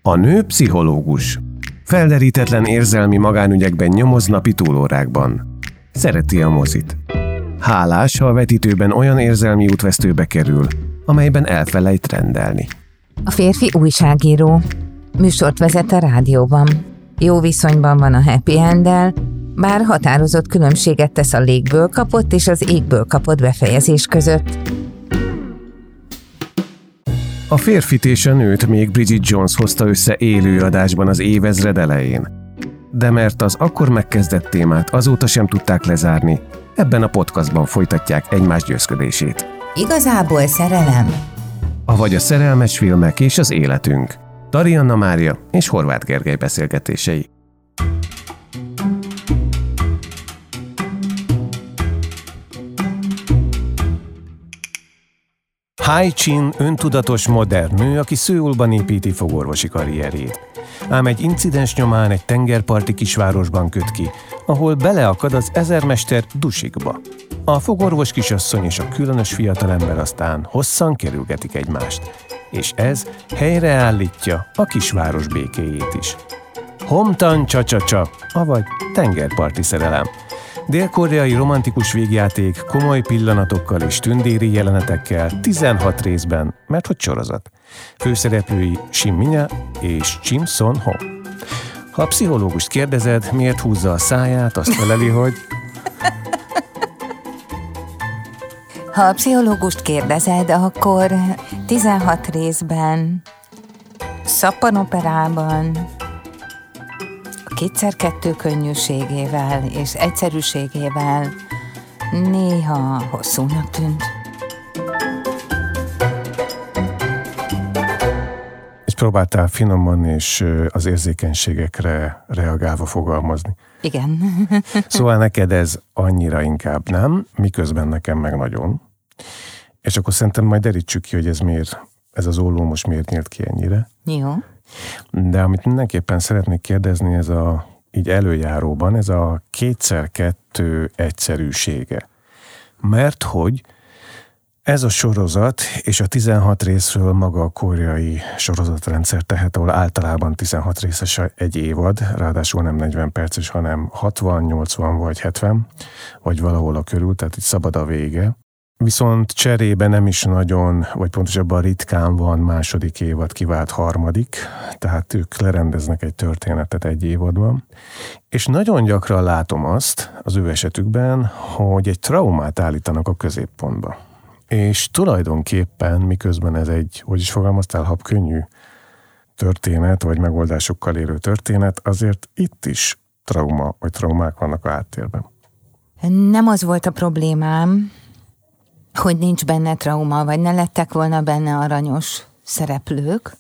A nő pszichológus. Felderítetlen érzelmi magánügyekben nyomoz napi túlórákban. Szereti a mozit. Hálás, ha a vetítőben olyan érzelmi útvesztőbe kerül, amelyben elfelejt rendelni. A férfi újságíró. Műsort vezet a rádióban. Jó viszonyban van a happy enddel, bár határozott különbséget tesz a légből kapott és az égből kapott befejezés között. A férfit és a nőt még Bridget Jones hozta össze élő adásban az évezred elején. De mert az akkor megkezdett témát azóta sem tudták lezárni, ebben a podcastban folytatják egymás győzködését. Igazából szerelem? Avagy a szerelmes filmek és az életünk. Tarianna Mária és Horváth Gergely beszélgetései. Hai Chin öntudatos modern nő, aki Szöulban építi fogorvosi karrierjét. Ám egy incidens nyomán egy tengerparti kisvárosban köt ki, ahol beleakad az ezermester Dusikba. A fogorvos kisasszony és a különös fiatalember aztán hosszan kerülgetik egymást, és ez helyreállítja a kisváros békéjét is. Homtan csa-csa-csa, avagy tengerparti szerelem. Dél-koreai romantikus végjáték komoly pillanatokkal és tündéri jelenetekkel 16 részben, mert hogy sorozat. Főszereplői Shin Min-ja és Kim Son-ho. Ha a pszichológust kérdezed, miért húzza a száját, azt feleli, hogy... Ha a pszichológust kérdezed, akkor 16 részben, szappanoperában, a 2x2 könnyűségével és egyszerűségével néha hosszúnak tűnt. És próbáltál finoman és az érzékenységekre reagálva fogalmazni. Igen. Szóval neked ez annyira inkább nem, miközben nekem meg nagyon. És akkor szerintem majd derítsük ki, hogy ez az olló most miért nyílt ki ennyire. Jó. De amit mindenképpen szeretnék kérdezni, ez így előjáróban, ez a 2x2 egyszerűsége. Mert hogy ez a sorozat, és a 16 részről maga a koreai sorozatrendszer tehet, ahol általában 16 részes egy évad, ráadásul nem 40 perces, hanem 60, 80 vagy 70, vagy valahol a körül, tehát itt szabad a vége. Viszont cserébe nem is nagyon, vagy pontosabban ritkán van második évad kivált harmadik, tehát ők lerendeznek egy történetet egy évadban. És nagyon gyakran látom azt az ő esetükben, hogy egy traumát állítanak a középpontba. És tulajdonképpen, miközben ez egy, hogy is fogalmaztál, habkönnyű történet, vagy megoldásokkal érő történet, azért itt is trauma, vagy traumák vannak a háttérben. Nem az volt a problémám, hogy nincs benne trauma, vagy ne lettek volna benne aranyos szereplők.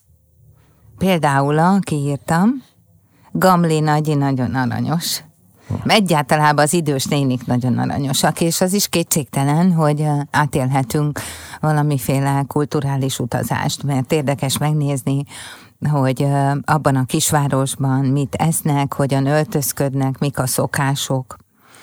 Például, kiírtam, Gamli nagyi nagyon aranyos. Egyáltalában az idős nénik nagyon aranyosak, és az is kétségtelen, hogy átélhetünk valamiféle kulturális utazást, mert érdekes megnézni, hogy abban a kisvárosban mit esznek, hogyan öltözködnek, mik a szokások.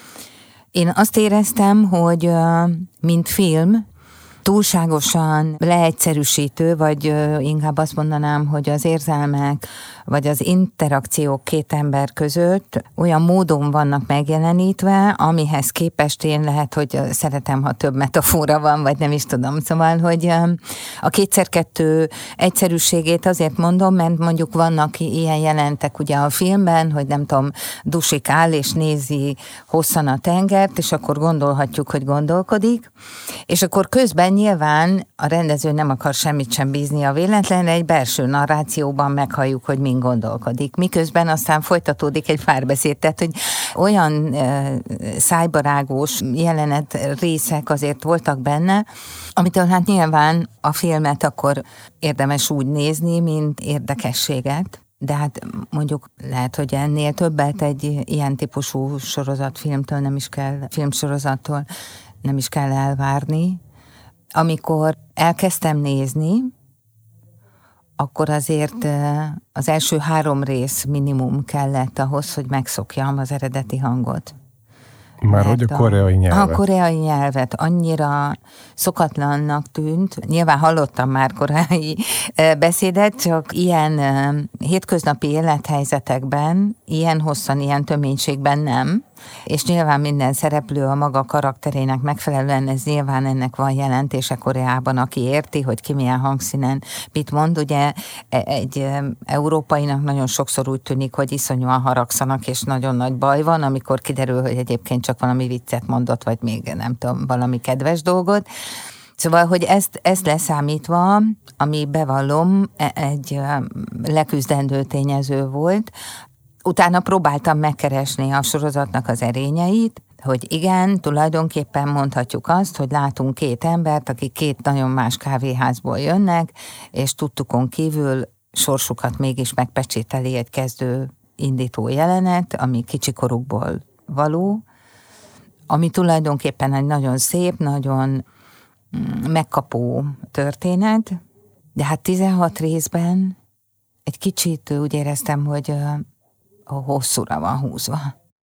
Én azt éreztem, hogy mint film, túlságosan leegyszerűsítő, vagy inkább azt mondanám, hogy az érzelmek, vagy az interakciók két ember között olyan módon vannak megjelenítve, amihez képest én lehet, hogy szeretem, ha több metafora van, vagy nem is tudom. Szóval, hogy a 2x2 egyszerűségét azért mondom, mert mondjuk vannak ilyen jelentek ugye a filmben, hogy nem tudom, Dusik áll és nézi hosszan a tengert, és akkor gondolhatjuk, hogy gondolkodik, és akkor közben nyilván a rendező nem akar semmit sem bízni a véletlenre, egy belső narrációban meghalljuk, hogy min gondolkodik. Miközben aztán folytatódik egy párbeszéd, tehát hogy olyan szájbarágós jelenet részek azért voltak benne, amitől hát nyilván a filmet akkor érdemes úgy nézni, mint érdekességet. De hát mondjuk lehet, hogy ennél többet egy ilyen típusú sorozatfilmtől nem is kell, filmsorozattól nem is kell elvárni. Amikor elkezdtem nézni, akkor azért az első 3 rész minimum kellett ahhoz, hogy megszokjam az eredeti hangot. Már hogy a koreai nyelvet. A koreai nyelvet annyira szokatlannak tűnt. Nyilván hallottam már koreai beszédet, csak ilyen hétköznapi élethelyzetekben, ilyen hosszan, ilyen töménységben nem. És nyilván minden szereplő a maga karakterének megfelelően, ez nyilván ennek van jelentése Koreában, aki érti, hogy ki milyen hangszínen mit mond. Ugye egy európainak nagyon sokszor úgy tűnik, hogy iszonyúan haragszanak, és nagyon nagy baj van, amikor kiderül, hogy egyébként csak valami viccet mondott, vagy még nem tudom, valami kedves dolgot. Szóval, hogy ezt leszámítva, ami bevallom, egy leküzdendő tényező volt. Utána próbáltam megkeresni a sorozatnak az erényeit, hogy igen, tulajdonképpen mondhatjuk azt, hogy látunk két embert, akik két nagyon más kávéházból jönnek, és tudtukon kívül sorsukat mégis megpecsételi egy kezdő indító jelenet, ami kicsikorukból való, ami tulajdonképpen egy nagyon szép, nagyon megkapó történet, de hát 16 részben egy kicsit úgy éreztem, hogy hosszúra van húzva.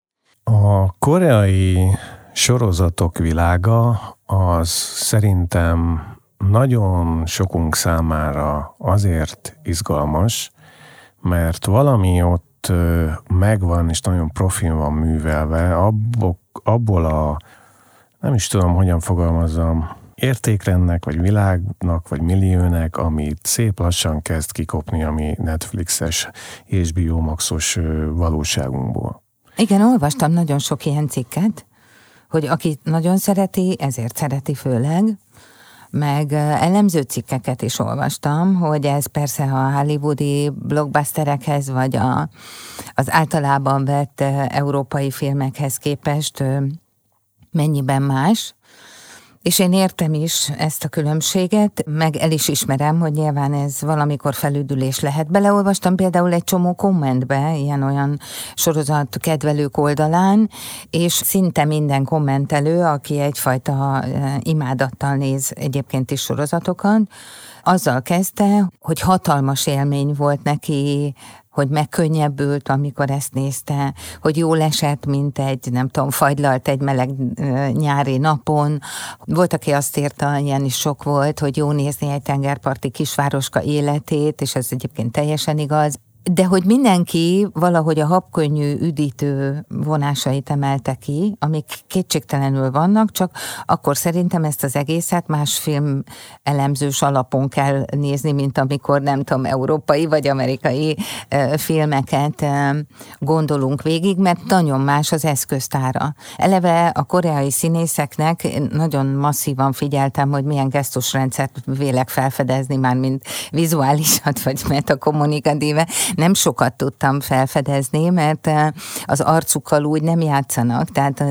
A koreai sorozatok világa az szerintem nagyon sokunk számára azért izgalmas, mert valami ott megvan, és nagyon profin van művelve, abból a, nem is tudom, hogyan fogalmazzam, értékrendnek, vagy világnak, vagy milliónek, amit szép lassan kezd kikopni a mi Netflixes és HBO Maxos valóságunkból. Igen, olvastam nagyon sok ilyen cikket, hogy aki nagyon szereti, ezért szereti főleg, meg elemző cikkeket is olvastam, hogy ez persze a hollywoodi blockbusterekhez, vagy az általában vett európai filmekhez képest mennyiben más. És én értem is ezt a különbséget, meg el is ismerem, hogy nyilván ez valamikor felüdülés lehet. Beleolvastam például egy csomó kommentbe, ilyen-olyan sorozat kedvelők oldalán, és szinte minden kommentelő, aki egyfajta imádattal néz egyébként is sorozatokat, azzal kezdte, hogy hatalmas élmény volt neki, hogy megkönnyebbült, amikor ezt nézte, hogy jól esett, mint egy, nem tudom, fagylalt egy meleg nyári napon. Volt, aki azt írta, ilyen is sok volt, hogy jó nézni egy tengerparti kisvároska életét, és ez egyébként teljesen igaz. De hogy mindenki valahogy a habkönnyű üdítő vonásait emelte ki, amik kétségtelenül vannak, csak akkor szerintem ezt az egészet más film elemzős alapon kell nézni, mint amikor nem tudom, európai vagy amerikai filmeket gondolunk végig, mert nagyon más az eszköztára. Eleve a koreai színészeknek nagyon masszívan figyeltem, hogy milyen gesztusrendszert vélek felfedezni, már mint vizuálisat vagy metakommunikatíve. Nem sokat tudtam felfedezni, mert az arcukkal úgy nem játszanak, tehát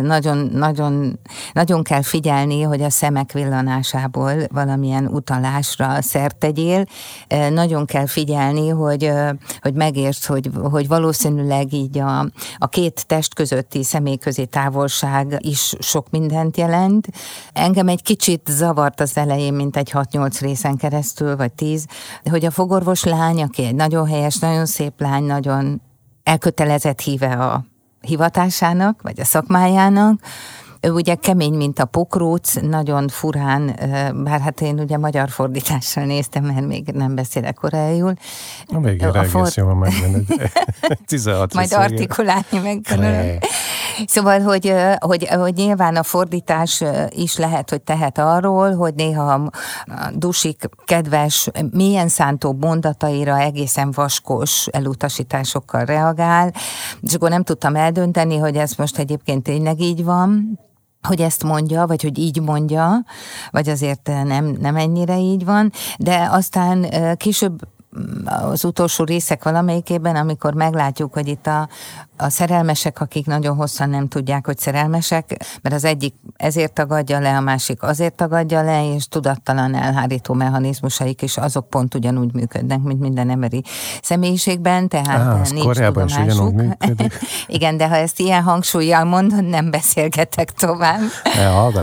nagyon kell figyelni, hogy a szemek villanásából valamilyen utalásra szert tegyél. Nagyon kell figyelni, hogy megértsd, hogy valószínűleg így a két test közötti személyközi távolság is sok mindent jelent. Engem egy kicsit zavart az elején, mint egy 6-8 részen keresztül, vagy 10, hogy a fogorvos lány, aki egy nagyon helyes, nagyon szép lány, nagyon elkötelezett híve a hivatásának, vagy a szakmájának. Ő ugye kemény, mint a pokróc, nagyon furán, bár hát én ugye magyar fordítással néztem, mert még nem beszélek koreaiul. A végére egész jól megvan, 16 majd artikulálni megtanulom. Szóval, hogy nyilván a fordítás is lehet, hogy tehet arról, hogy néha a dusik kedves, mélyen szántó mondataira egészen vaskos elutasításokkal reagál, és akkor nem tudtam eldönteni, hogy ez most egyébként tényleg így van, hogy ezt mondja, vagy hogy így mondja, vagy azért nem ennyire így van, de aztán később az utolsó részek valamelyikében, amikor meglátjuk, hogy itt a szerelmesek, akik nagyon hosszan nem tudják, hogy szerelmesek, mert az egyik ezért tagadja le, a másik azért tagadja le, és tudattalan elhárító mechanizmusaik is azok pont ugyanúgy működnek, mint minden emberi személyiségben, tehát nincs Koreában tudomásuk. Igen, de ha ezt ilyen hangsúllyal mondod, nem beszélgetek tovább. Hallgatlak.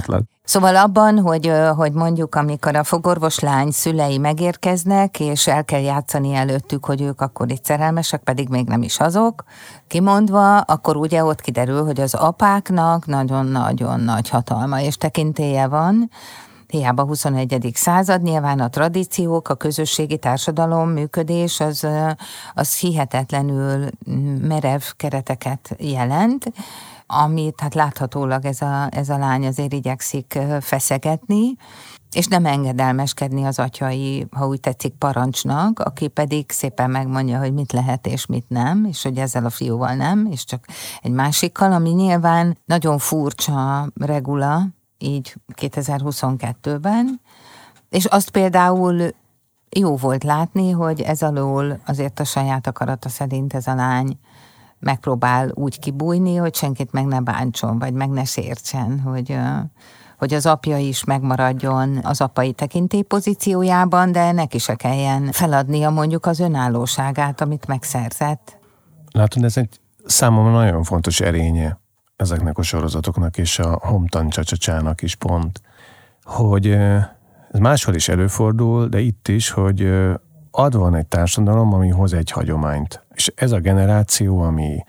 Szóval abban, hogy mondjuk amikor a fogorvoslány szülei megérkeznek, és el kell játszani előttük, hogy ők akkor itt szerelmesek, pedig még nem is azok, kimondva, akkor ugye ott kiderül, hogy az apáknak nagyon-nagyon nagy hatalma és tekintélye van, hiába 21. század, nyilván a tradíciók, a közösségi társadalom működés az hihetetlenül merev kereteket jelent, amit hát láthatólag ez a lány azért igyekszik feszegetni, és nem engedelmeskedni az atyai, ha úgy tetszik, parancsnak, aki pedig szépen megmondja, hogy mit lehet és mit nem, és hogy ezzel a fiúval nem, és csak egy másikkal, ami nyilván nagyon furcsa regula, így 2022-ben, és azt például jó volt látni, hogy ez alól azért a saját akarata szerint ez a lány megpróbál úgy kibújni, hogy senkit meg ne bántson, vagy meg ne sértsen, hogy az apja is megmaradjon az apai tekintély pozíciójában, de neki se kelljen feladnia mondjuk az önállóságát, amit megszerzett. Látod, ez egy számomra nagyon fontos erénye ezeknek a sorozatoknak, és a Homtan Csacsacsának is pont, hogy ez máshol is előfordul, de itt is, hogy van egy társadalom, ami hoz egy hagyományt. És ez a generáció,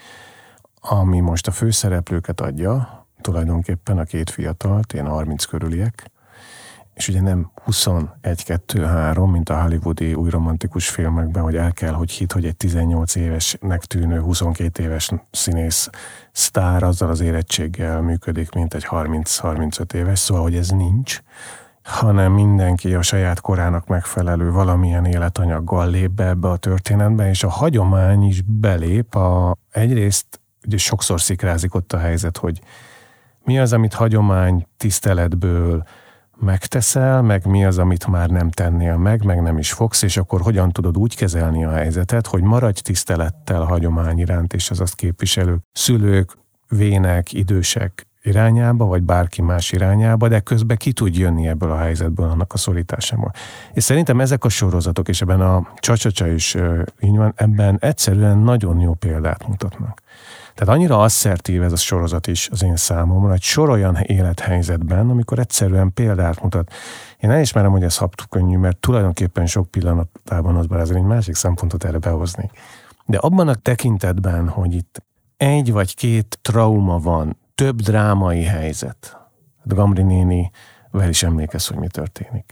ami most a főszereplőket adja, tulajdonképpen a két fiatalt, ilyen 30 körüliek, és ugye nem 21-2-3, mint a hollywoodi új romantikus filmekben, hogy el kell, hogy hidd, hogy egy 18 évesnek tűnő 22 éves színész sztár azzal az érettséggel működik, mint egy 30-35 éves, szóval, hogy ez nincs, hanem mindenki a saját korának megfelelő valamilyen életanyaggal lép be ebbe a történetbe, és a hagyomány is belép. Egyrészt ugye sokszor szikrázik ott a helyzet, hogy mi az, amit hagyomány tiszteletből megteszel, meg mi az, amit már nem tennél meg nem is fogsz, és akkor hogyan tudod úgy kezelni a helyzetet, hogy maradj tisztelettel a hagyomány iránt, és az azt képviselők, szülők, vének, idősek irányába, vagy bárki más irányába, de közben ki tud jönni ebből a helyzetből, annak a szorításából. És szerintem ezek a sorozatok, és ebben a Csacsacsa is így van, ebben egyszerűen nagyon jó példát mutatnak. Tehát annyira asszertív ez a sorozat is az én számomra, egy sor olyan élethelyzetben, amikor egyszerűen példát mutat. Én elismerem, hogy ez habtukönnyű, mert tulajdonképpen sok pillanatában az bár azért egy másik szempontot erre behozni. De abban a tekintetben, hogy itt egy vagy két trauma van, több drámai helyzet. Gamri nénivel is emlékez, hogy mi történik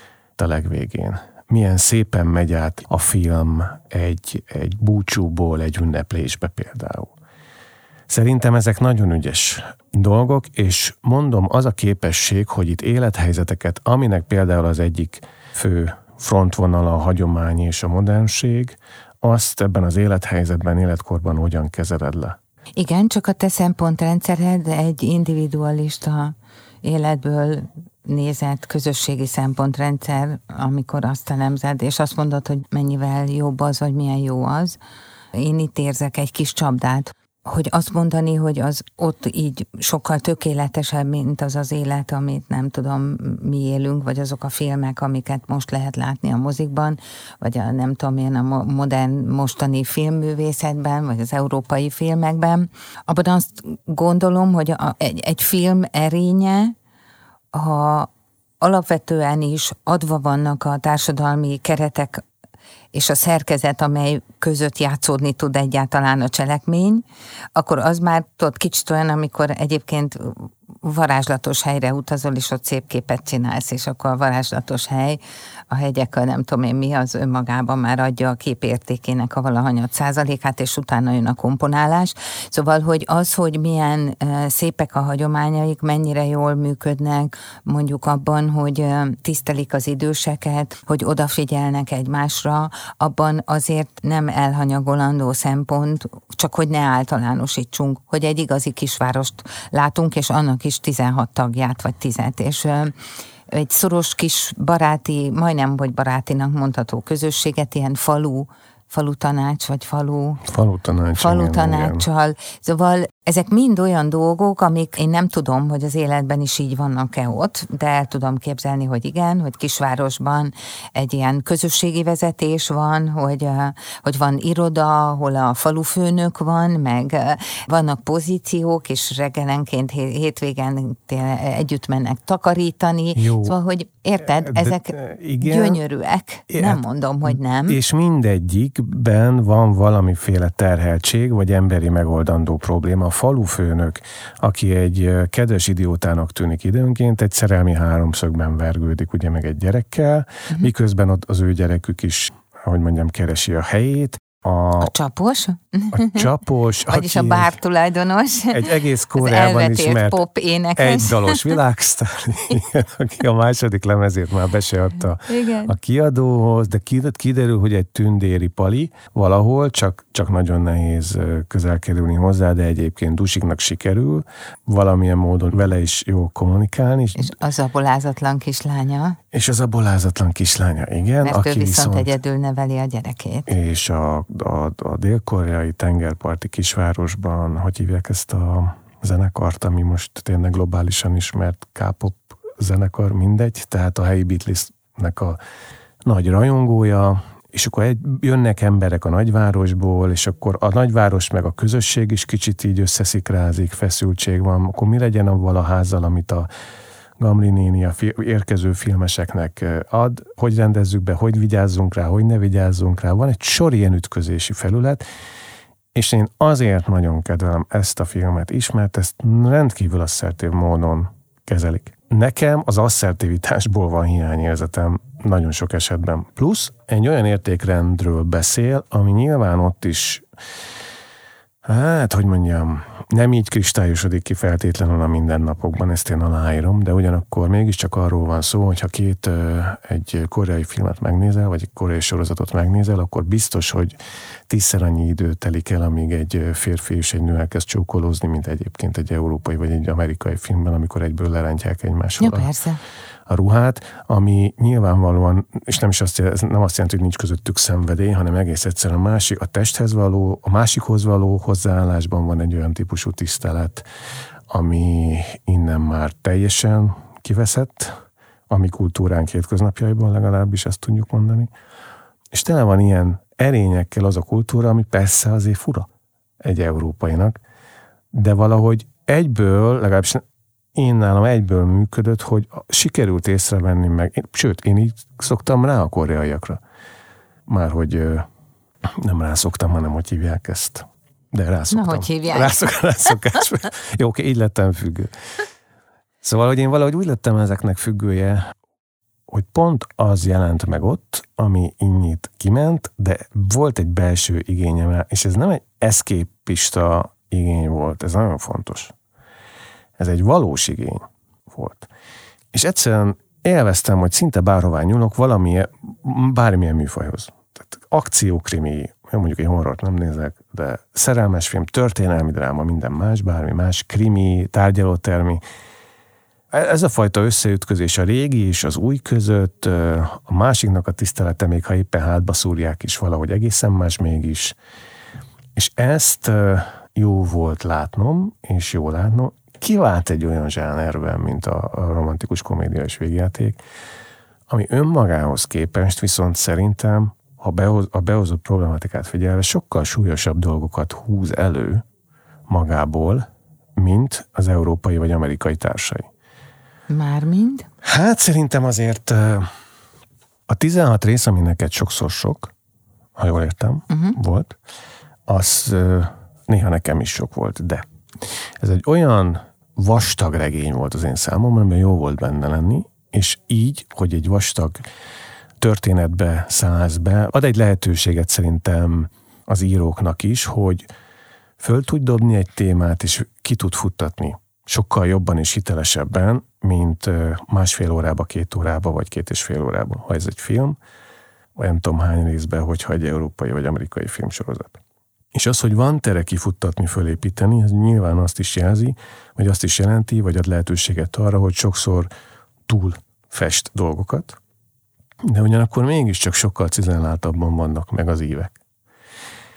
a legvégén. Milyen szépen megy át a film egy búcsúból egy ünneplésbe például. Szerintem ezek nagyon ügyes dolgok, és mondom, az a képesség, hogy itt élethelyzeteket, aminek például az egyik fő frontvonala a hagyomány és a modernség, azt ebben az élethelyzetben, életkorban hogyan kezeled le. Igen, csak a te szempontrendszered egy individualista életből nézett közösségi szempontrendszer, amikor azt elemzed, és azt mondod, hogy mennyivel jobb az, vagy milyen jó az. Én itt érzek egy kis csapdát, hogy azt mondani, hogy az ott így sokkal tökéletesebb, mint az az élet, amit nem tudom, mi élünk, vagy azok a filmek, amiket most lehet látni a mozikban, vagy a nem tudom én a modern mostani filmművészetben, vagy az európai filmekben. Abban azt gondolom, hogy egy film erénye, ha alapvetően is adva vannak a társadalmi keretek és a szerkezet, amely között játszódni tud egyáltalán a cselekmény, akkor az már kicsit olyan, amikor egyébként varázslatos helyre utazol, és ott szép képet csinálsz, és akkor a varázslatos hely, a hegyek, a nem tudom én mi, az önmagában már adja a kép értékének a valahanyat %-át, és utána jön a komponálás. Szóval, hogy az, hogy milyen szépek a hagyományaik, mennyire jól működnek, mondjuk abban, hogy tisztelik az időseket, hogy odafigyelnek egymásra, abban azért nem elhanyagolandó szempont, csak hogy ne általánosítsunk, hogy egy igazi kisvárost látunk, és annak is 16 tagját, vagy 10, és egy szoros kis baráti, majdnem vagy barátinak mondható közösséget, ilyen falu falutanács, vagy falutanáccsal. Szóval ezek mind olyan dolgok, amik én nem tudom, hogy az életben is így vannak-e ott, de el tudom képzelni, hogy igen, hogy kisvárosban egy ilyen közösségi vezetés van, hogy van iroda, ahol a falufőnök van, meg vannak pozíciók, és reggelenként, hétvégen együtt mennek takarítani. Jó. Szóval, hogy érted, ezek gyönyörűek. Nem mondom, hogy nem. És mindegyikben van valamiféle terheltség, vagy emberi megoldandó probléma. A falufőnök, aki egy kedves idiótának tűnik időnként, egy szerelmi háromszögben vergődik, ugye, meg egy gyerekkel, miközben ott az ő gyerekük is, ahogy mondjam, keresi a helyét. A csapos? A csapos. Vagyis a bártulajdonos. Egy egész Koreában ismert pop énekes. egy dalos világsztár, aki a második lemezét már be se adta a kiadóhoz, de kiderül, hogy egy tündéri pali valahol, csak nagyon nehéz közel kerülni hozzá, de egyébként Dusiknak sikerül valamilyen módon vele is jó kommunikálni. És az a bolázatlan kislánya. Igen. Mert aki ő viszont egyedül neveli a gyerekét. És a dél-koreai tengerparti kisvárosban, hogy hívják ezt a zenekart, ami most tényleg globálisan ismert K-pop zenekar, mindegy, tehát a helyi Beatlesnek a nagy rajongója, és akkor jönnek emberek a nagyvárosból, és akkor a nagyváros meg a közösség is kicsit így összeszikrázik, feszültség van, akkor mi legyen avval a házzal, amit a Gamli néni a érkező filmeseknek ad, hogy rendezzük be, hogy vigyázzunk rá, hogy ne vigyázzunk rá. Van egy sor ilyen ütközési felület, és én azért nagyon kedvelem ezt a filmet is, mert ezt rendkívül asszertív módon kezelik. Nekem az asszertivitásból van hiányérzetem nagyon sok esetben. Plusz egy olyan értékrendről beszél, ami nyilván ott is, nem így kristályosodik ki feltétlenül a mindennapokban, ezt én aláírom, de ugyanakkor mégiscsak arról van szó, hogyha egy koreai filmet megnézel, vagy egy koreai sorozatot megnézel, akkor biztos, hogy 10-szer annyi idő telik el, amíg egy férfi és egy nő elkezd csókolózni, mint egyébként egy európai vagy egy amerikai filmben, amikor egyből lerántják egymásról a ruhát, ami nyilvánvalóan, és nem azt jelenti, hogy nincs közöttük szenvedély, hanem egész egyszerűen a másikhoz való hozzáállásban van egy olyan típusú tisztelet, ami innen már teljesen kiveszett, a mi kultúránk hétköznapjaiban legalábbis ezt tudjuk mondani. És tele van ilyen erényekkel az a kultúra, ami persze azért fura egy európainak, de valahogy egyből, legalábbis én nálam egyből működött, hogy sikerült észrevenni meg, sőt, én így szoktam rá a koreaiakra. Márhogy nem rászoktam, hanem hogy hívják ezt. De rászoktam. Na, hogy hívják? Rászokás. Jó, oké, így lettem függő. Szóval, hogy én valahogy úgy lettem ezeknek függője, hogy pont az jelent meg ott, ami innyit kiment, de volt egy belső igényem, és ez nem egy eszképista igény volt, ez nagyon fontos. Ez egy valós igény volt. És egyszerűen élveztem, hogy szinte bárhová nyúlok bármilyen műfajhoz. Tehát akciókrimi, mondjuk egy horrort nem nézek, de szerelmes film, történelmi dráma, minden más, bármi más, krimi, tárgyalótermi. Ez a fajta összeütközés a régi és az új között, a másiknak a tisztelete, még ha éppen hátba szúrják is valahogy egészen más mégis. És ezt jó volt látnom, és jó látnom, kivált egy olyan zsánerben, mint a romantikus komédia és végjáték, ami önmagához képest viszont szerintem, a behozott problematikát figyelve, sokkal súlyosabb dolgokat húz elő magából, mint az európai vagy amerikai társai. Mármint? Hát szerintem azért a 16 rész, ami neked sokszor sok, ha jól értem, volt, az néha nekem is sok volt, de ez egy olyan vastag regény volt az én számomra, mert jó volt benne lenni, és így, hogy egy vastag történetbe szállsz be, ad egy lehetőséget szerintem az íróknak is, hogy föl tud dobni egy témát, és ki tud futtatni sokkal jobban és hitelesebben, mint másfél órába, 2 órába, vagy 2,5 órába, ha ez egy film, vagy nem tudom hány részben, hogyha egy európai vagy amerikai filmsorozat. És az, hogy van tere kifuttatni, fölépíteni, ez nyilván azt is jelzi, vagy azt is jelenti, vagy ad lehetőséget arra, hogy sokszor túl fest dolgokat, de ugyanakkor mégiscsak sokkal cizelláltabban vannak meg az ívek.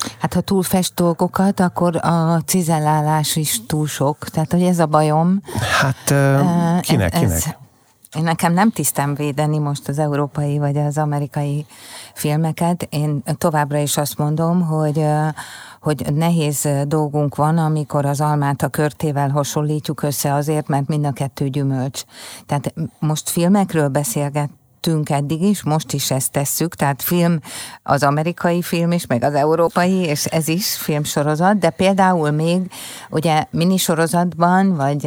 Hát ha túlfest dolgokat, akkor a cizellálás is túl sok. Tehát, hogy ez a bajom. Hát kinek? Nekem nem tisztem védeni most az európai vagy az amerikai filmeket. Én továbbra is azt mondom, hogy nehéz dolgunk van, amikor az almát a körtével hasonlítjuk össze azért, mert mind a kettő gyümölcs. Tehát most filmekről beszélgettünk eddig is, most is ezt tesszük, tehát film, az amerikai film is, meg az európai, és ez is filmsorozat, de például még ugye minisorozatban, vagy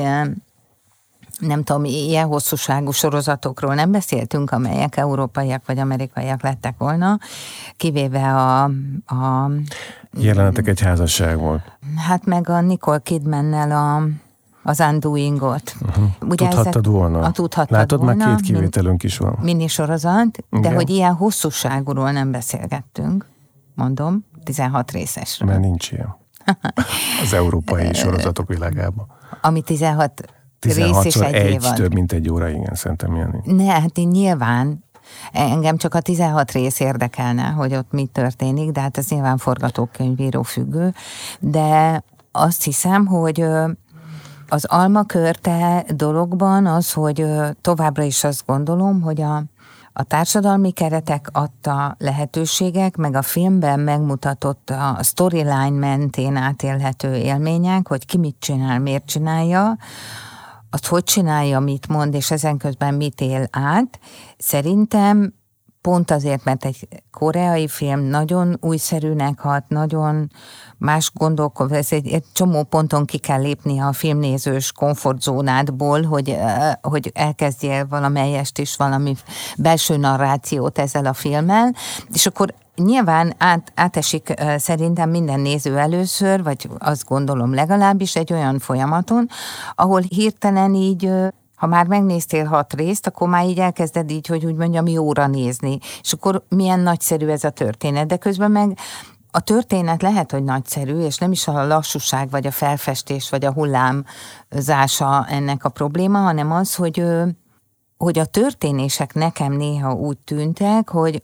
nem tudom, ilyen hosszúságú sorozatokról nem beszéltünk, amelyek európaiak vagy amerikaiak lettek volna, kivéve a jelenetek egy házasság volt. Hát meg a Nicole Kidmannel az Undoing-ot. Tudhattad volna. Látod, volna, már 2 kivételünk is van. Minisorozat, de hogy ilyen hosszúságúról nem beszélgettünk, mondom, 16 részesről. Mert nincs ilyen. Az európai sorozatok világában. Ami 16 rész és egy évad. Több mint 1 óra, igen, szerintem ilyen. Ne, hát én nyilván, engem csak a 16 rész érdekelne, hogy ott mi történik, de hát ez nyilván forgatókönyvíró függő, de azt hiszem, hogy az almakörte dologban az, hogy továbbra is azt gondolom, hogy a társadalmi keretek adta lehetőségek, meg a filmben megmutatott a storyline mentén átélhető élmények, hogy ki mit csinál, miért csinálja, azt hogy csinálja, mit mond, és ezen közben mit él át. Szerintem pont azért, mert egy koreai film nagyon újszerűnek hat, nagyon más gondolkod, ez egy csomó ponton ki kell lépni a filmnézős komfortzónádból, hogy elkezdjél valamelyest is valami belső narrációt ezzel a filmmel, és akkor nyilván átesik szerintem minden néző először, vagy azt gondolom legalábbis egy olyan folyamaton, ahol hirtelen így, ha már megnéztél 6 részt, akkor már így elkezded így, hogy úgy mondjam, jóra nézni. És akkor milyen nagyszerű ez a történet. De közben meg a történet lehet, hogy nagyszerű, és nem is a lassúság, vagy a felfestés, vagy a hullámzása ennek a probléma, hanem az, hogy a történések nekem néha úgy tűntek, hogy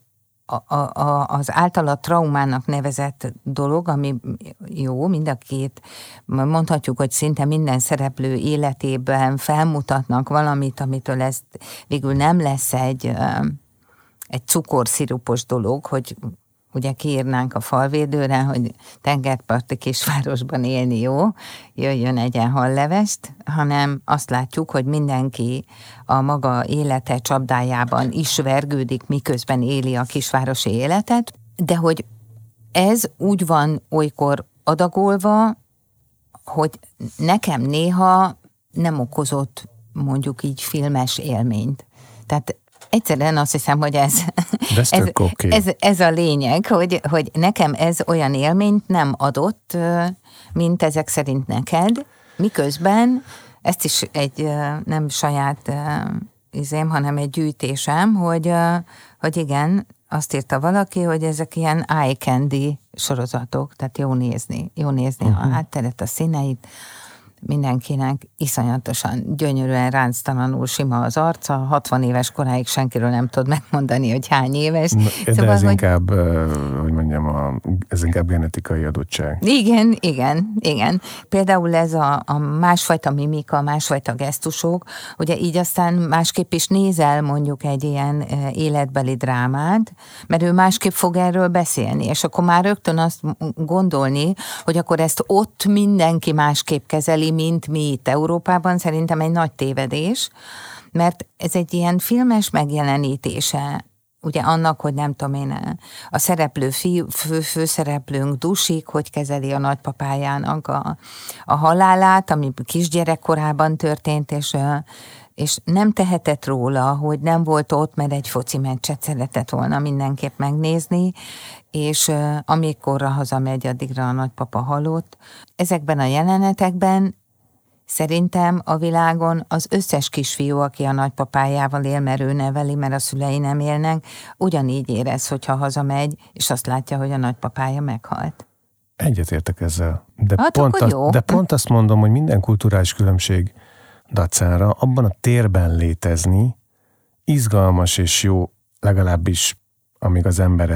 az általa traumának nevezett dolog, ami jó, mind a két, mondhatjuk, hogy szinte minden szereplő életében felmutatnak valamit, amitől ez végül nem lesz egy cukorszirupos dolog, hogy ugye kiírnánk a falvédőre, hogy tengerparti kisvárosban élni jó, jöjjön egyen hallevest, hanem azt látjuk, hogy mindenki a maga élete csapdájában is vergődik, miközben éli a kisvárosi életet, de hogy ez úgy van olykor adagolva, hogy nekem néha nem okozott mondjuk így filmes élményt. Tehát egyszerűen azt hiszem, hogy ez a lényeg, hogy nekem ez olyan élményt nem adott, mint ezek szerint neked, miközben ezt is egy nem saját hanem egy gyűjtésem, hogy igen, azt írta valaki, hogy ezek ilyen eye candy sorozatok, tehát jó nézni a hátteret, a színeit, mindenkinek iszonyatosan, gyönyörűen ránctalanul sima az arca, 60 éves koráig senkiről nem tud megmondani, hogy hány éves. De szóval, ez inkább, hogy mondjam, ez inkább genetikai adottság. Igen. Például ez a másfajta mimika, másfajta gesztusok, ugye így aztán másképp is nézel mondjuk egy ilyen életbeli drámát, mert ő másképp fog erről beszélni, és akkor már rögtön azt gondolni, hogy akkor ezt ott mindenki másképp kezeli, mint mi itt Európában, szerintem egy nagy tévedés, mert ez egy ilyen megjelenítése, ugye annak, hogy nem tudom én, a szereplő főszereplőnk Dusik, hogy kezeli a nagypapájának a halálát, ami kisgyerekkorában történt, és nem tehetett róla, hogy nem volt ott, mert egy foci meccset szeretett volna mindenképp megnézni, és amikorra hazamegy, addigra a nagypapa halott. Ezekben a jelenetekben szerintem a világon az összes kisfiú, aki a nagypapájával él, mert ő neveli, mert a szülei nem élnek, ugyanígy érez, hogyha hazamegy, és azt látja, hogy a nagypapája meghalt. Egyetértek ezzel. De pont azt mondom, hogy minden kulturális különbség dacára abban a térben létezni izgalmas és jó, legalábbis amíg az ember ezt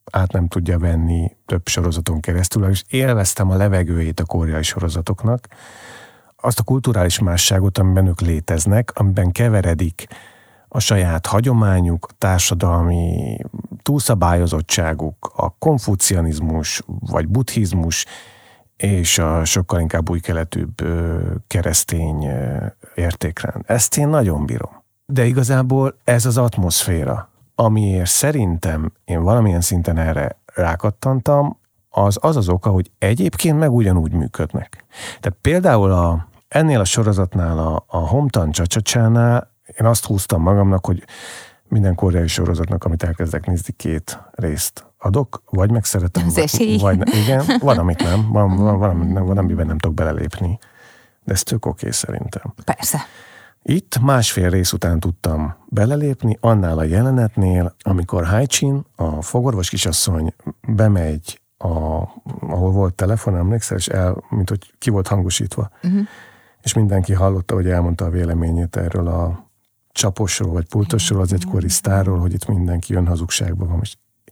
át nem tudja venni több sorozaton keresztül, és élveztem a levegőjét a koreai sorozatoknak, azt a kulturális másságot, amiben ők léteznek, amiben keveredik a saját hagyományuk, a társadalmi túlszabályozottságuk, a konfucianizmus vagy buddhizmus, és a sokkal inkább új keletűbb keresztény értékrend. Ezt én nagyon bírom. De igazából ez az atmoszféra, amiért szerintem én valamilyen szinten erre rákattantam, az oka, hogy egyébként meg ugyanúgy működnek. Tehát például ennél a sorozatnál, a Hometown Cha-Cha-Chánál én azt húztam magamnak, hogy minden koreai sorozatnak, amit elkezdek nézni, 2 részt adok, vagy megszeretem, vagy igen, van, amit nem, van, amiben nem tudok belelépni. De ez tök oké szerintem. Persze. Itt 1,5 rész után tudtam belelépni, annál a jelenetnél, amikor Haichin, a fogorvos kisasszony bemegy, ahol volt telefon, emlékszel, és mint hogy ki volt hangosítva. És mindenki hallotta, hogy elmondta a véleményét erről a csaposról, vagy pultosról, az egykori sztárról, hogy itt mindenki önhazugságban van.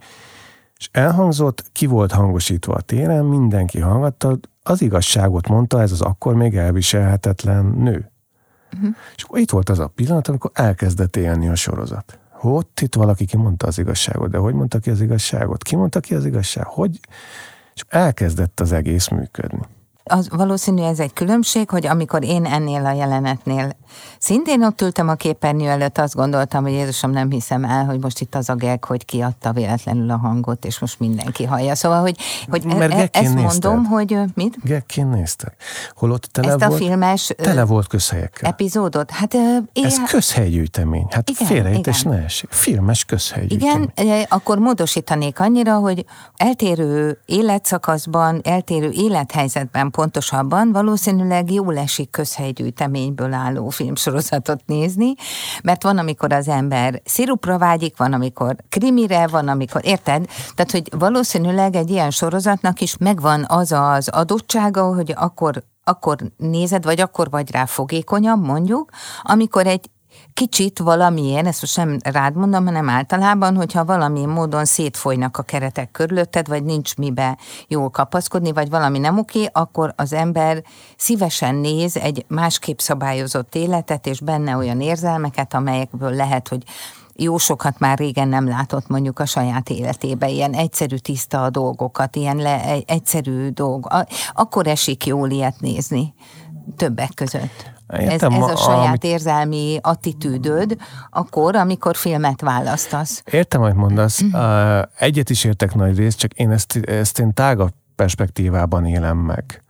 És elhangzott, ki volt hangosítva a téren, mindenki hallgatta, az igazságot mondta, ez az akkor még elviselhetetlen nő. És akkor itt volt az a pillanat, amikor elkezdett élni a sorozat. Ott itt valaki kimondta az igazságot, de hogy mondta ki az igazságot? Ki mondta ki az igazságot? Hogy? És elkezdett az egész működni. Az valószínű ez egy különbség, hogy amikor én ennél a jelenetnél szintén ott ültem a képernyő előtt, azt gondoltam, hogy Jézusom, nem hiszem el, hogy most itt az a gag, hogy kiadta véletlenül a hangot, és most mindenki hallja. Szóval, hogy ezt mondom, hogy mit? Gekként nézted. Holott ezt a filmes tele volt közhelyekkel. Epizódot? Hát, ez közhelygyűjtemény. Hát félreértés ne esik. Filmes közhelygyűjtemény. Igen, akkor módosítanék annyira, hogy eltérő életszakaszban, eltérő élethelyzetben pontosabban valószínűleg jól esik közhelygyűjteményből álló filmsorozatot nézni, mert van, amikor az ember szirupra vágyik, van, amikor krimire, van, amikor, érted? Tehát, hogy valószínűleg egy ilyen sorozatnak is megvan az az adottsága, hogy akkor nézed, vagy akkor vagy rá fogékonyabb, mondjuk, amikor egy kicsit valamilyen, ezt most nem rád mondom, hanem általában, hogyha valamilyen módon szétfolynak a keretek körülötted, vagy nincs mibe jól kapaszkodni, vagy valami nem oké, akkor az ember szívesen néz egy másképp szabályozott életet, és benne olyan érzelmeket, amelyekből lehet, hogy jó sokat már régen nem látott mondjuk a saját életébe, ilyen egyszerű, tiszta a dolgokat, ilyen egyszerű dolg. Akkor esik jól ilyet nézni többek között. Értem, ez a saját érzelmi attitűdöd, akkor, amikor filmet választasz. Értem, amit mondasz. Egyet is értek nagy részt, csak én ezt tágabb perspektívában élem meg.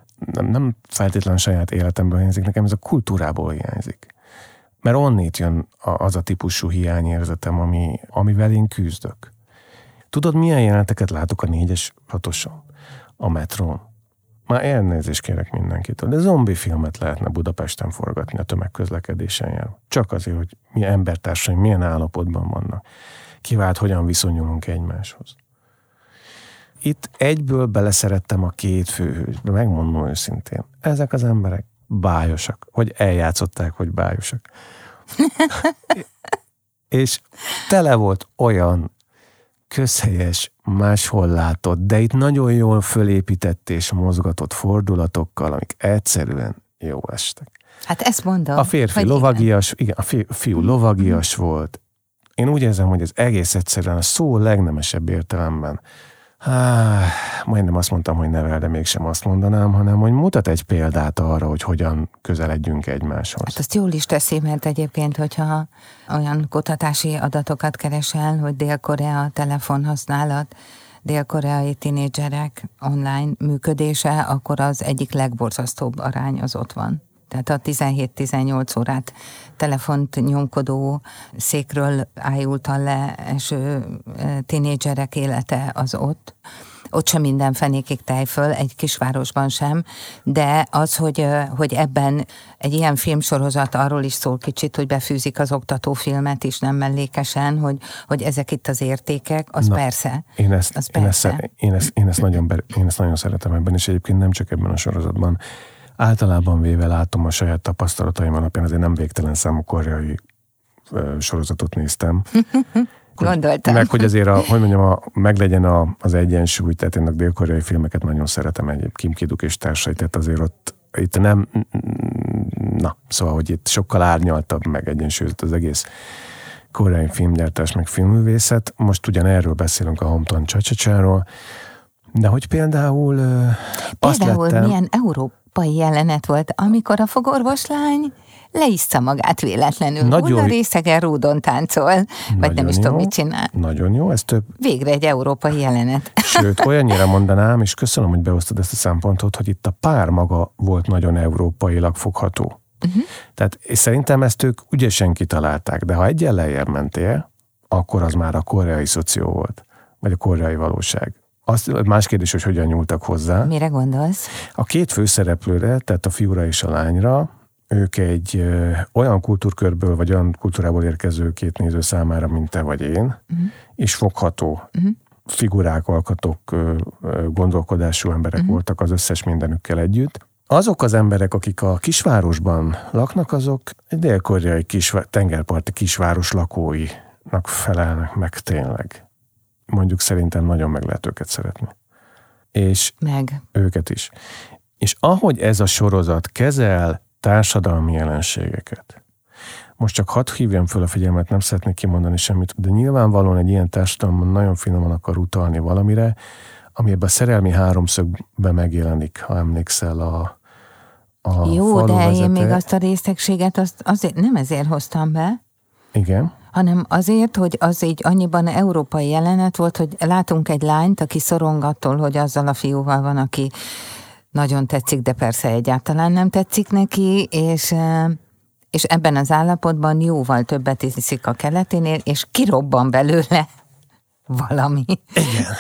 Nem feltétlenül saját életemből hiányzik, nekem ez a kultúrából hiányzik. Mert onnét jön az a típusú hiányérzetem, amivel én küzdök. Tudod, milyen jeleneteket látok a 4-es 6-oson? A metrón. Már elnézést kérek mindenkitől, de zombi filmet lehetne Budapesten forgatni a tömegközlekedésen jár. Csak azért, hogy mi embertársaim milyen állapotban vannak. Kivált, hogyan viszonyulunk egymáshoz. Itt egyből beleszerettem a 2 főhősbe, megmondom őszintén. Ezek az emberek bájosak, vagy eljátszották, hogy bájosak. És tele volt olyan közhelyes, máshol látott, de itt nagyon jól fölépített és mozgatott fordulatokkal, amik egyszerűen jó estek. Hát ezt mondom. A férfi lovagias, igen, a fiú lovagias volt. Én úgy érzem, hogy ez egész egyszerűen a szó legnemesebb értelemben. Majdnem azt mondtam, hogy nevel, de mégsem azt mondanám, hanem hogy mutat egy példát arra, hogy hogyan közeledjünk egymáshoz. Hát azt jól is teszi, mert egyébként, hogyha olyan kutatási adatokat keresel, hogy Dél-Korea telefonhasználat, dél-koreai tinédzserek online működése, akkor az egyik legborzasztóbb arány az ott van. Tehát a 17-18 órát telefont nyomkodó, székről ájultan le eső tinédzserek élete az ott. Ott sem minden fenékig tejföl, egy kisvárosban sem, de az, hogy ebben egy ilyen filmsorozat arról is szól kicsit, hogy befűzik az oktatófilmet is, nem mellékesen, hogy ezek itt az értékek, az persze. Én ezt nagyon szeretem ebben, és egyébként nem csak ebben a sorozatban. Általában véve látom a saját tapasztalataim alapján, azért nem végtelen számú koreai sorozatot néztem. Gondoltam. Meg hogy azért, meglegyen az egyensúly, tehát én a dél-koreai filmeket nagyon szeretem egyéb, Kim Ki-duk és társai, tehát azért itt nem, szóval, hogy itt sokkal árnyaltabb, meg egyensúlyozott az egész koreai filmgyártás, meg filmművészet. Most ugyan erről beszélünk, a Hometown Cha-Cha-Cha-ról, de hogy például milyen európai jelenet volt, amikor a fogorvoslány leissza magát véletlenül. Hulla részegen rúdon táncol, vagy nem is tudom, mit csinál. Nagyon jó, ez több. Végre egy európai jelenet. Sőt, olyannyira mondanám, és köszönöm, hogy beosztod ezt a szempontot, hogy itt a pár maga volt nagyon európailag fogható. Tehát és szerintem ezt ők ügyesen kitalálták, de ha egyen lejjebb mentél, akkor az már a koreai szoció volt, vagy a koreai valóság. Más kérdés, hogy hogyan nyúltak hozzá. Mire gondolsz? A két főszereplőre, tehát a fiúra és a lányra, ők egy olyan kultúrkörből, vagy olyan kultúrából érkező két néző számára, mint te vagy én, és fogható figurák, alkatok, gondolkodású emberek voltak az összes mindenükkel együtt. Azok az emberek, akik a kisvárosban laknak, azok egy dél-koreai tengerparti kisváros lakóinak felelnek meg tényleg. Mondjuk szerintem nagyon meg lehet őket szeretni. És őket is. És ahogy ez a sorozat kezel társadalmi jelenségeket, most csak hadd hívjam föl a figyelmet, nem szeretnék kimondani semmit, de nyilvánvalóan egy ilyen társadalomban nagyon finoman akar utalni valamire, ami ebben a szerelmi háromszögben megjelenik, ha emlékszel a jó, de én még azt a részegséget azért nem ezért hoztam be. Igen. Hanem azért, hogy az így annyiban európai jelenet volt, hogy látunk egy lányt, aki szorong attól, hogy azzal a fiúval van, aki nagyon tetszik, de persze egyáltalán nem tetszik neki, és ebben az állapotban jóval többet iszik a keleténél, és kirobban belőle valami. Igen.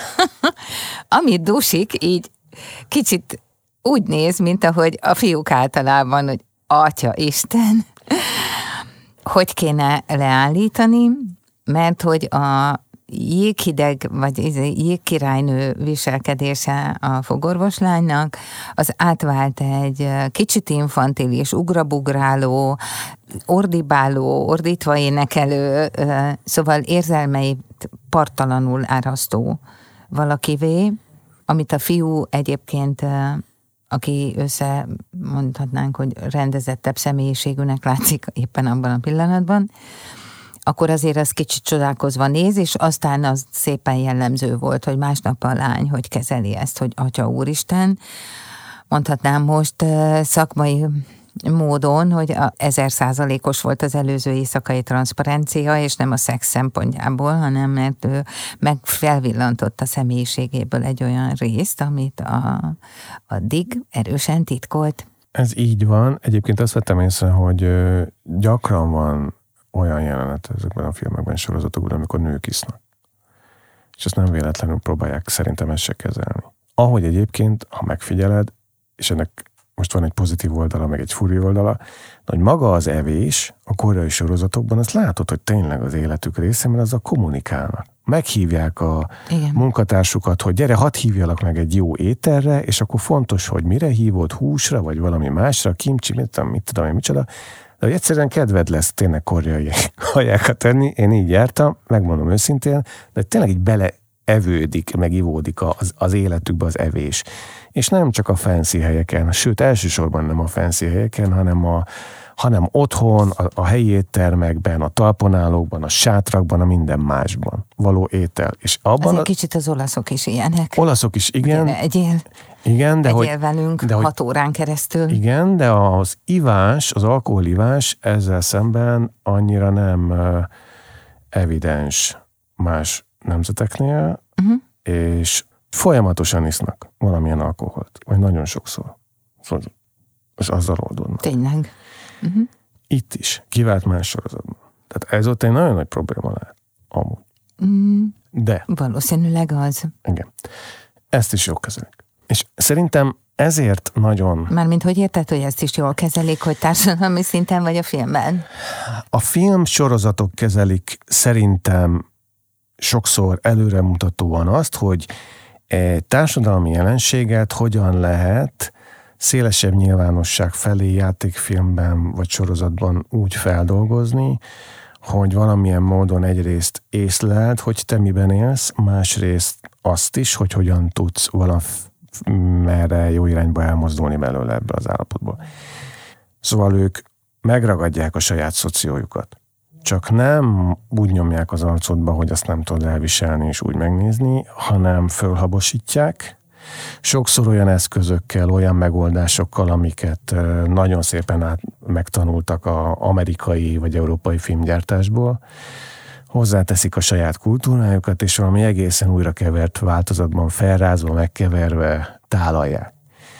Amit dúsik, így kicsit úgy néz, mint ahogy a fiúk általában, hogy Atya Isten, hogy kéne leállítani, mert hogy a jéghideg, vagy jégkirálynő viselkedése a fogorvoslánynak, az átvált egy kicsit infantilis, ugrabugráló, ordibáló, ordítva énekelő, szóval érzelmeit parttalanul árasztó valakivé, amit a fiú egyébként, aki mondhatnánk, hogy rendezettebb személyiségűnek látszik éppen abban a pillanatban, akkor azért az kicsit csodálkozva néz, és aztán az szépen jellemző volt, hogy másnap a lány, hogy kezeli ezt, hogy Atya Úristen. Mondhatnám most szakmai módon, hogy 1000%-os volt az előző éjszakai transzparencia, és nem a szex szempontjából, hanem mert ő meg felvillantott a személyiségéből egy olyan részt, amit addig erősen titkolt. Ez így van. Egyébként azt vettem észre, hogy gyakran van olyan jelenet ezekben a filmekben, sorozatokban, amikor nők isznak. És ezt nem véletlenül próbálják szerintem ezt se kezelni. Ahogy egyébként, ha megfigyeled, és ennek most van egy pozitív oldala, meg egy furi oldala, de hogy maga az evés a koreai sorozatokban, azt látod, hogy tényleg az életük része, mert azzal kommunikálnak. Meghívják a munkatársukat, hogy gyere, hadd hívjalak meg egy jó ételre, és akkor fontos, hogy mire hívod, húsra, vagy valami másra, kimcsi, mit tudom én, micsoda, de hogy egyszerűen kedved lesz tényleg koreai kajákat tenni, én így jártam, megmondom őszintén, de tényleg így beleevődik, meg ivódik az életükbe az evés. És nem csak a fancy helyeken, sőt elsősorban nem a fancy helyeken, hanem otthon, a helyi éttermekben, a talponálókban, a sátrakban, a minden másban való étel. És abban egy kicsit az olaszok is ilyenek. Olaszok is, igen. Igen, de velünk 6 órán keresztül. Igen, de az ivás, az alkoholivás ezzel szemben annyira nem evidens más nemzeteknél, és folyamatosan isznak valamilyen alkoholt, vagy nagyon sokszor. És azzal oldódnak. Tényleg. Itt is, kivált más sorozatban. Tehát ez ott egy nagyon nagy probléma lehet. Amúgy. De. Valószínűleg az. Igen. Ezt is jól kezelik. És szerintem ezért nagyon... Mármint hogy érted, hogy ezt is jól kezelik, hogy társadalmi szinten vagy a filmben? A film sorozatok kezelik szerintem sokszor előremutatóan azt, hogy társadalmi jelenséget hogyan lehet szélesebb nyilvánosság felé játékfilmben vagy sorozatban úgy feldolgozni, hogy valamilyen módon egyrészt észleld, hogy te miben élsz, másrészt azt is, hogy hogyan tudsz valamerre jó irányba elmozdulni belőle ebből az állapotból. Szóval ők megragadják a saját szociójukat. Csak nem úgy nyomják az arcodba, hogy azt nem tudod elviselni és úgy megnézni, hanem fölhabosítják, sokszor olyan eszközökkel, olyan megoldásokkal, amiket nagyon szépen megtanultak az amerikai vagy európai filmgyártásból, hozzáteszik a saját kultúrájukat, és valami egészen újra kevert változatban felrázva, megkeverve tálalják.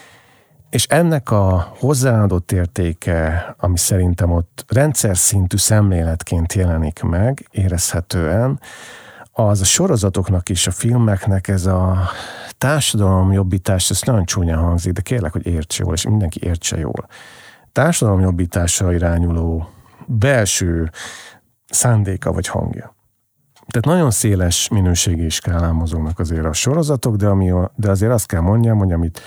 És ennek a hozzáadott értéke, ami szerintem ott rendszer szintű szemléletként jelenik meg, érezhetően, az a sorozatoknak és a filmeknek ez a társadalomjobbítás, ez nagyon csúnyán hangzik, de kérlek, hogy érts jól, és mindenki értse jól. Társadalomjobbításra irányuló belső szándéka vagy hangja. Tehát nagyon széles minőségi skálán mozognak azért a sorozatok, de azért azt kell mondjam, hogy amit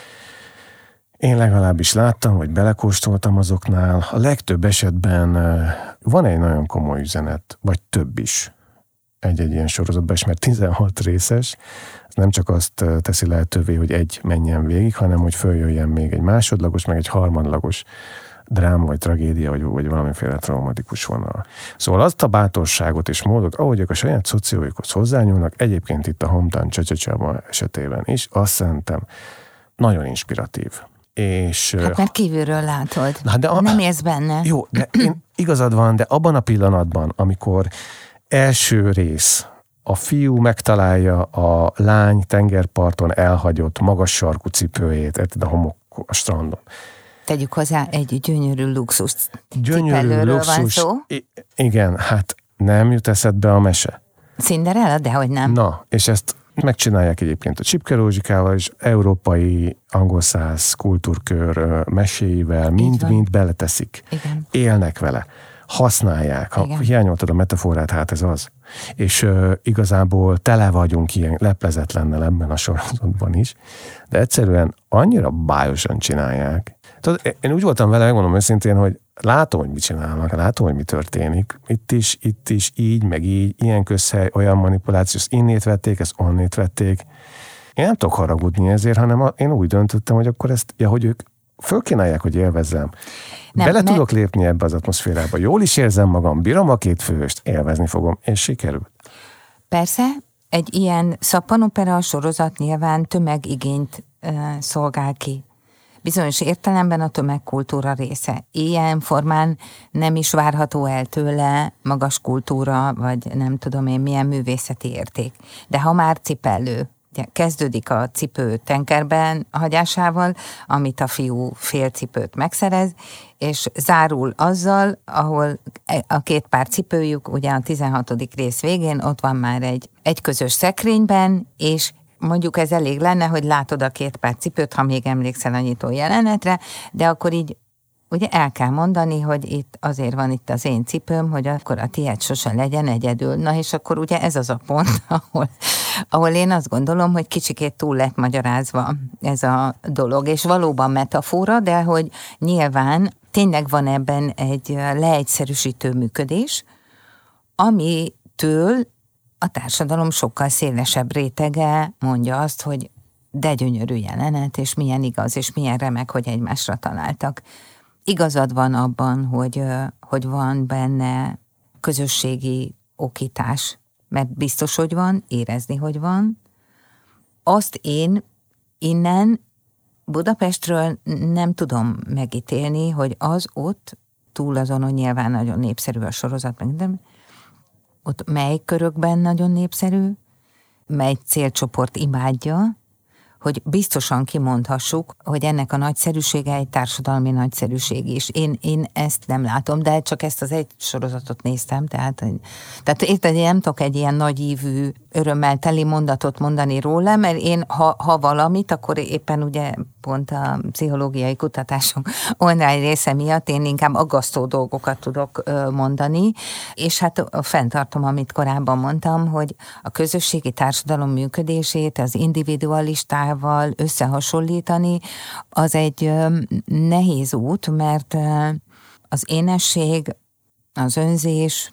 én legalábbis láttam, vagy belekóstoltam azoknál, a legtöbb esetben van egy nagyon komoly üzenet, vagy több is egy-egy ilyen sorozatban is, mert 16 részes, ez nem csak azt teszi lehetővé, hogy egy menjen végig, hanem hogy följöjjen még egy másodlagos, meg egy harmadlagos dráma, vagy tragédia, vagy valamiféle traumatikus vonal. Szóval azt a bátorságot és módot, ahogy ők a saját szocióikhoz hozzányúlnak, egyébként itt a Hometown Cha-Cha-Cha esetében is, azt szerintem nagyon inspiratív. És, hát mert kívülről látod, nem érsz benne. Jó, de igazad van, de abban a pillanatban, amikor első rész, a fiú megtalálja a lány tengerparton elhagyott magas sarkú cipőjét, a strandon. Tegyük hozzá, egy gyönyörű luxus cipelőről van szó. Igen, hát nem jut eszedbe a mese. Cinderella? Dehogy nem. Na, és ezt megcsinálják egyébként a Csipke Rózsikával, és európai angolszász kultúrkör meséivel, mind beleteszik. Igen. Élnek vele, használják. Ha hiányoltad a metaforát, hát ez az. És igazából tele vagyunk ilyen leplezetlennel ebben a sorozatban is, de egyszerűen annyira bájosan csinálják. Tudod, én úgy voltam vele, megmondom őszintén, hogy látom, hogy mit csinálnak, látom, hogy mi történik. Itt is, így, meg így, ilyen közhely, olyan manipulációs, innét vették, ezt onnét vették. Én nem tudok haragudni ezért, hanem én úgy döntöttem, hogy akkor ezt, hogy ők fölkínálják, hogy élvezzem. Tudok lépni ebbe az atmoszférába. Jól is érzem magam, bírom a két főhőst, élvezni fogom, és sikerült. Persze, egy ilyen szappanopera sorozat nyilván tömegigényt szolgál ki. Bizonyos értelemben a tömegkultúra része. Ilyen formán nem is várható el tőle magas kultúra, vagy nem tudom én milyen művészeti érték. De ha már cipellő, kezdődik a cipő tengerben hagyásával, amit a fiú félcipőt megszerez, és zárul azzal, ahol a két pár cipőjük, ugye a 16. rész végén, ott van már egy közös szekrényben, és mondjuk ez elég lenne, hogy látod a két pár cipőt, ha még emlékszel a nyitó jelenetre, de akkor így ugye el kell mondani, hogy itt azért van itt az én cipőm, hogy akkor a tiéd sose legyen egyedül. Na és akkor ugye ez az a pont, ahol én azt gondolom, hogy kicsikét túl lett magyarázva ez a dolog, és valóban metafora, de hogy nyilván tényleg van ebben egy leegyszerűsítő működés, amitől a társadalom sokkal szélesebb rétege mondja azt, hogy de gyönyörű jelenet, és milyen igaz, és milyen remek, hogy egymásra találtak. Igazad van abban, hogy van benne közösségi okítás, mert biztos, hogy van, érezni, hogy van. Azt én innen Budapestről nem tudom megítélni, hogy az ott, túl azon, hogy nyilván nagyon népszerű a sorozat, ott mely körökben nagyon népszerű, mely célcsoport imádja, hogy biztosan kimondhassuk, hogy ennek a nagyszerűsége egy társadalmi nagyszerűség is. Én ezt nem látom, de csak ezt az egy sorozatot néztem, tehát érted, én nem tudok egy ilyen nagyívű, örömmel teli mondatot mondani róla, mert én, ha valamit, akkor éppen ugye pont a pszichológiai kutatások online része miatt én inkább aggasztó dolgokat tudok mondani, és hát fenntartom, amit korábban mondtam, hogy a közösségi társadalom működését az individualistával összehasonlítani, az egy nehéz út, mert az énesség, az önzés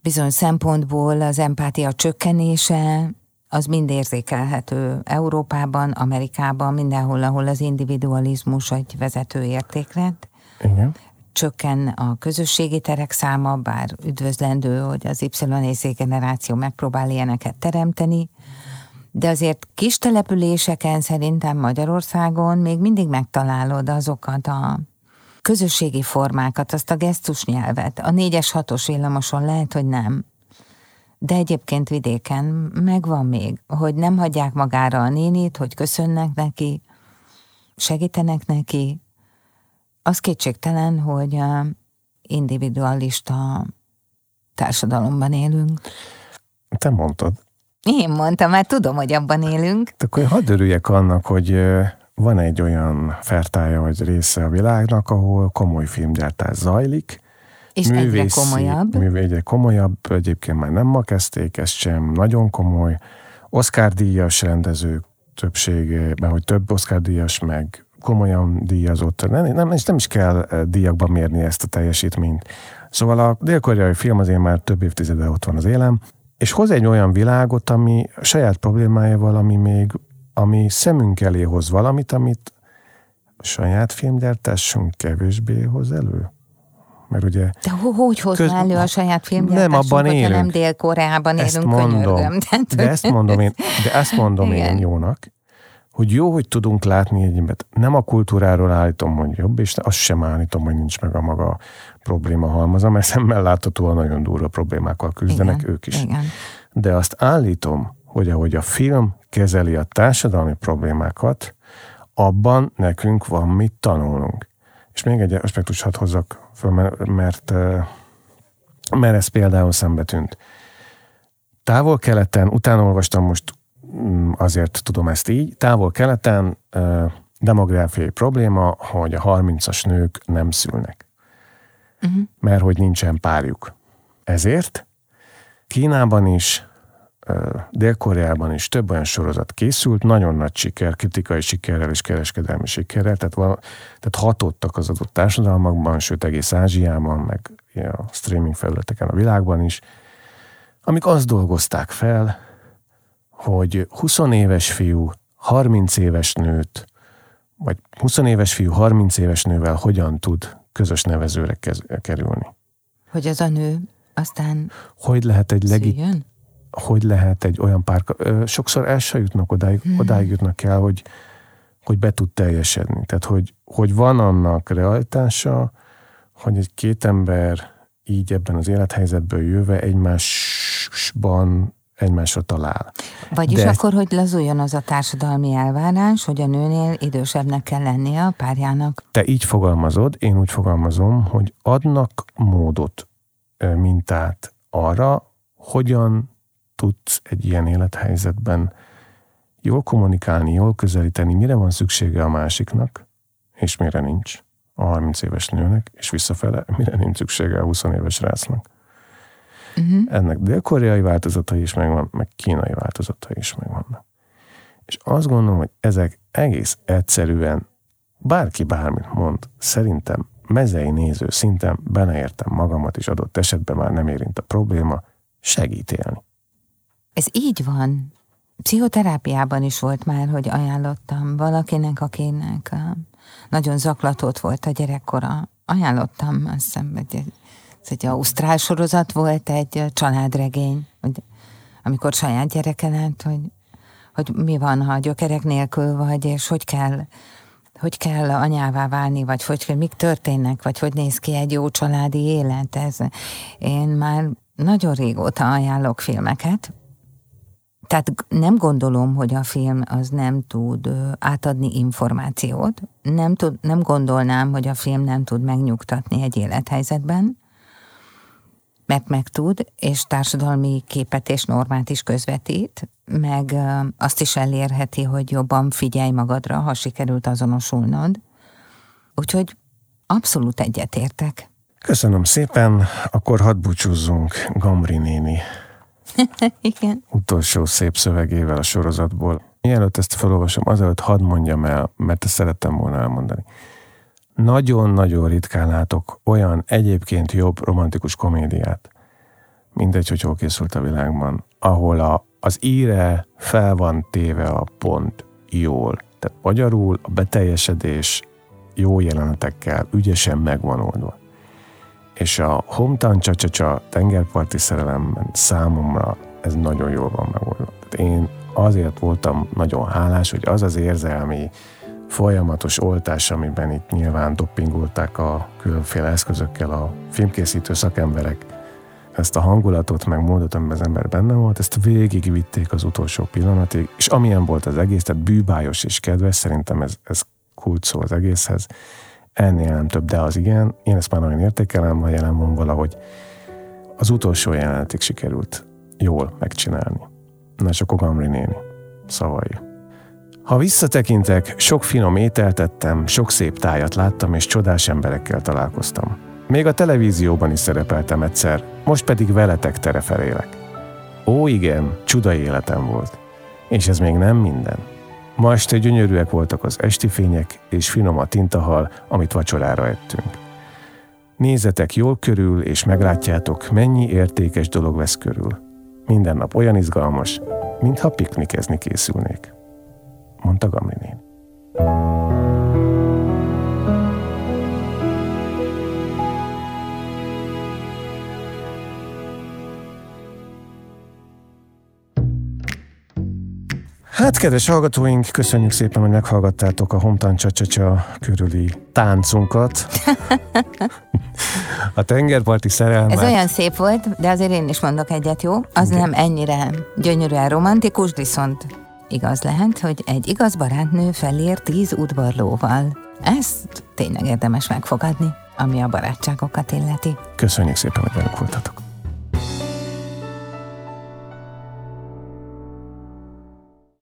bizonyos szempontból az empátia csökkenése, az mind érzékelhető Európában, Amerikában, mindenhol, ahol az individualizmus egy vezető értékrend. Igen. Csökken a közösségi terek száma, bár üdvözlendő, hogy az Y-Z generáció megpróbál ilyeneket teremteni, de azért kis településeken szerintem Magyarországon még mindig megtalálod azokat a közösségi formákat, azt a gesztusnyelvet. A 4-es, 6-os villamoson lehet, hogy nem. De egyébként vidéken megvan még, hogy nem hagyják magára a nénit, hogy köszönnek neki, segítenek neki. Az kétségtelen, hogy individualista társadalomban élünk. Te mondtad. Én mondtam, már tudom, hogy abban élünk. Akkor hadd örüljek annak, hogy van egy olyan fertája vagy része a világnak, ahol komoly filmgyártás zajlik. És egyre komolyabb. Egyre komolyabb, egyébként már nem ma kezdték, ez sem nagyon komoly. Oscar-díjas rendezők többségében, hogy több Oscar-díjas, meg komolyan díjazott. Nem is kell díjakban mérni ezt a teljesítményt. Szóval a dél-koreai film azért már több évtizede ott van az élem, és hoz egy olyan világot, ami a saját problémájával, ami szemünk elé hoz valamit, amit a saját filmgyártásunk kevésbé hoz elő. Mert ugye... De hogy hozná elő a saját filmgyártásunkat, ha nem Dél-Koreában élünk, könyörgöm. De ezt mondom én jónak, hogy jó, hogy tudunk látni egyébként. Nem a kultúráról állítom, hogy jobb, és azt sem állítom, hogy nincs meg a maga probléma halmaza, mert szemmel láthatóan nagyon durva problémákkal küzdenek, igen, ők is. Igen. De azt állítom, hogy ahogy a film kezeli a társadalmi problémákat, abban nekünk van mit tanulnunk. És még egy aspektus hadd hozzak föl, mert ez például szembetűnt. Távol-keleten, utána olvastam, most azért tudom ezt így, távol-keleten demográfiai probléma, hogy a 30-as nők nem szülnek. Mert hogy nincsen párjuk. Ezért Kínában is, Dél-Koreában is több olyan sorozat készült, nagyon nagy siker, kritikai sikerrel és kereskedelmi sikerrel, tehát hatottak az adott társadalmakban, sőt egész Ázsiában, meg a streaming felületeken a világban is, amik azt dolgozták fel, hogy 20 éves fiú 30 éves nőt, vagy 20 éves fiú 30 éves nővel hogyan tud közös nevezőre kerülni. Hogy az a nő aztán hogy lehet egy olyan pár... Sokszor el se jutnak odáig jutnak el, hogy be tud teljesedni. Tehát, hogy van annak realitása, hogy egy két ember így ebben az élethelyzetből jöve egymásra talál. Vagyis akkor, hogy lazuljon az a társadalmi elvárás, hogy a nőnél idősebbnek kell lennie a párjának. Te így fogalmazod, én úgy fogalmazom, hogy adnak módot, mintát arra, hogyan tudsz egy ilyen élethelyzetben jól kommunikálni, jól közelíteni, mire van szüksége a másiknak, és mire nincs a 30 éves nőnek, és visszafele, mire nincs szüksége a 20 éves rácnak. Ennek dél-koreai változatai is megvan, meg kínai változatai is megvannak. És azt gondolom, hogy ezek egész egyszerűen, bárki bármit mond, szerintem mezei néző szinten beleértem magamat, és adott esetben már nem érint a probléma, segít élni. Ez így van. Pszichoterápiában is volt már, hogy ajánlottam valakinek, akinek nagyon zaklatott volt a gyerekkora. Ajánlottam, azt hiszem, ez egy ausztrál sorozat volt, egy családregény, hogy amikor saját gyereke lett, hogy mi van, ha gyökerek nélkül vagy, és hogy kell anyává válni, vagy mik történnek, vagy hogy néz ki egy jó családi élet. Én már nagyon régóta ajánlok filmeket, tehát nem gondolom, hogy a film az nem tud átadni információt, nem gondolnám, hogy a film nem tud megnyugtatni egy élethelyzetben, mert meg tud, és társadalmi képet és normát is közvetít, meg azt is elérheti, hogy jobban figyelj magadra, ha sikerült azonosulnod. Úgyhogy abszolút egyetértek. Köszönöm szépen, akkor hadd búcsúzzunk Gamri néni. Igen. Utolsó szép szövegével a sorozatból. Mielőtt ezt felolvasom, azelőtt hadd mondjam el, mert ezt szerettem volna elmondani. Nagyon-nagyon ritkán látok olyan egyébként jobb romantikus komédiát, mindegy, hogy hol készült a világban, ahol az íre fel van téve a pont jól. Tehát magyarul a beteljesedés jó jelenetekkel ügyesen megvan oldva. És a Hometown Cha-Cha-Cha tengerparti szerelemben számomra ez nagyon jól van megoldva. Tehát én azért voltam nagyon hálás, hogy az az érzelmi folyamatos oltás, amiben itt nyilván doppingolták a különféle eszközökkel a filmkészítő szakemberek, ezt a hangulatot, meg módot, amiben az ember benne volt, ezt végigvitték az utolsó pillanatig, és amilyen volt az egész, tehát bűbájos és kedves, szerintem ez kult szó az egészhez, ennél nem több, de az igen, én ezt már nagyon értékelem, ha jelen van valahogy az utolsó jelenetig sikerült jól megcsinálni. Na és akkor Gamri néni szavai. Ha visszatekintek, sok finom ételt ettem, sok szép tájat láttam, és csodás emberekkel találkoztam. Még a televízióban is szerepeltem egyszer, most pedig veletek tereferélek. Ó igen, csuda életem volt. És ez még nem minden. Ma este gyönyörűek voltak az esti fények, és finom a tintahal, amit vacsorára ettünk. Nézzetek jól körül, és meglátjátok, mennyi értékes dolog vesz körül. Minden nap olyan izgalmas, mintha piknikezni készülnék. Mondta Gamri néni. Hát, kedves hallgatóink, köszönjük szépen, hogy meghallgattátok a Hometown Cha-Cha-Cha körüli táncunkat. A tengerparti szerelmet. Ez olyan szép volt, de azért én is mondok egyet, jó? Az nem ennyire gyönyörűen romantikus, viszont igaz lehet, hogy egy igaz barátnő felér 10 udvarlóval. Ezt tényleg érdemes megfogadni, ami a barátságokat illeti. Köszönjük szépen, hogy velünk voltatok.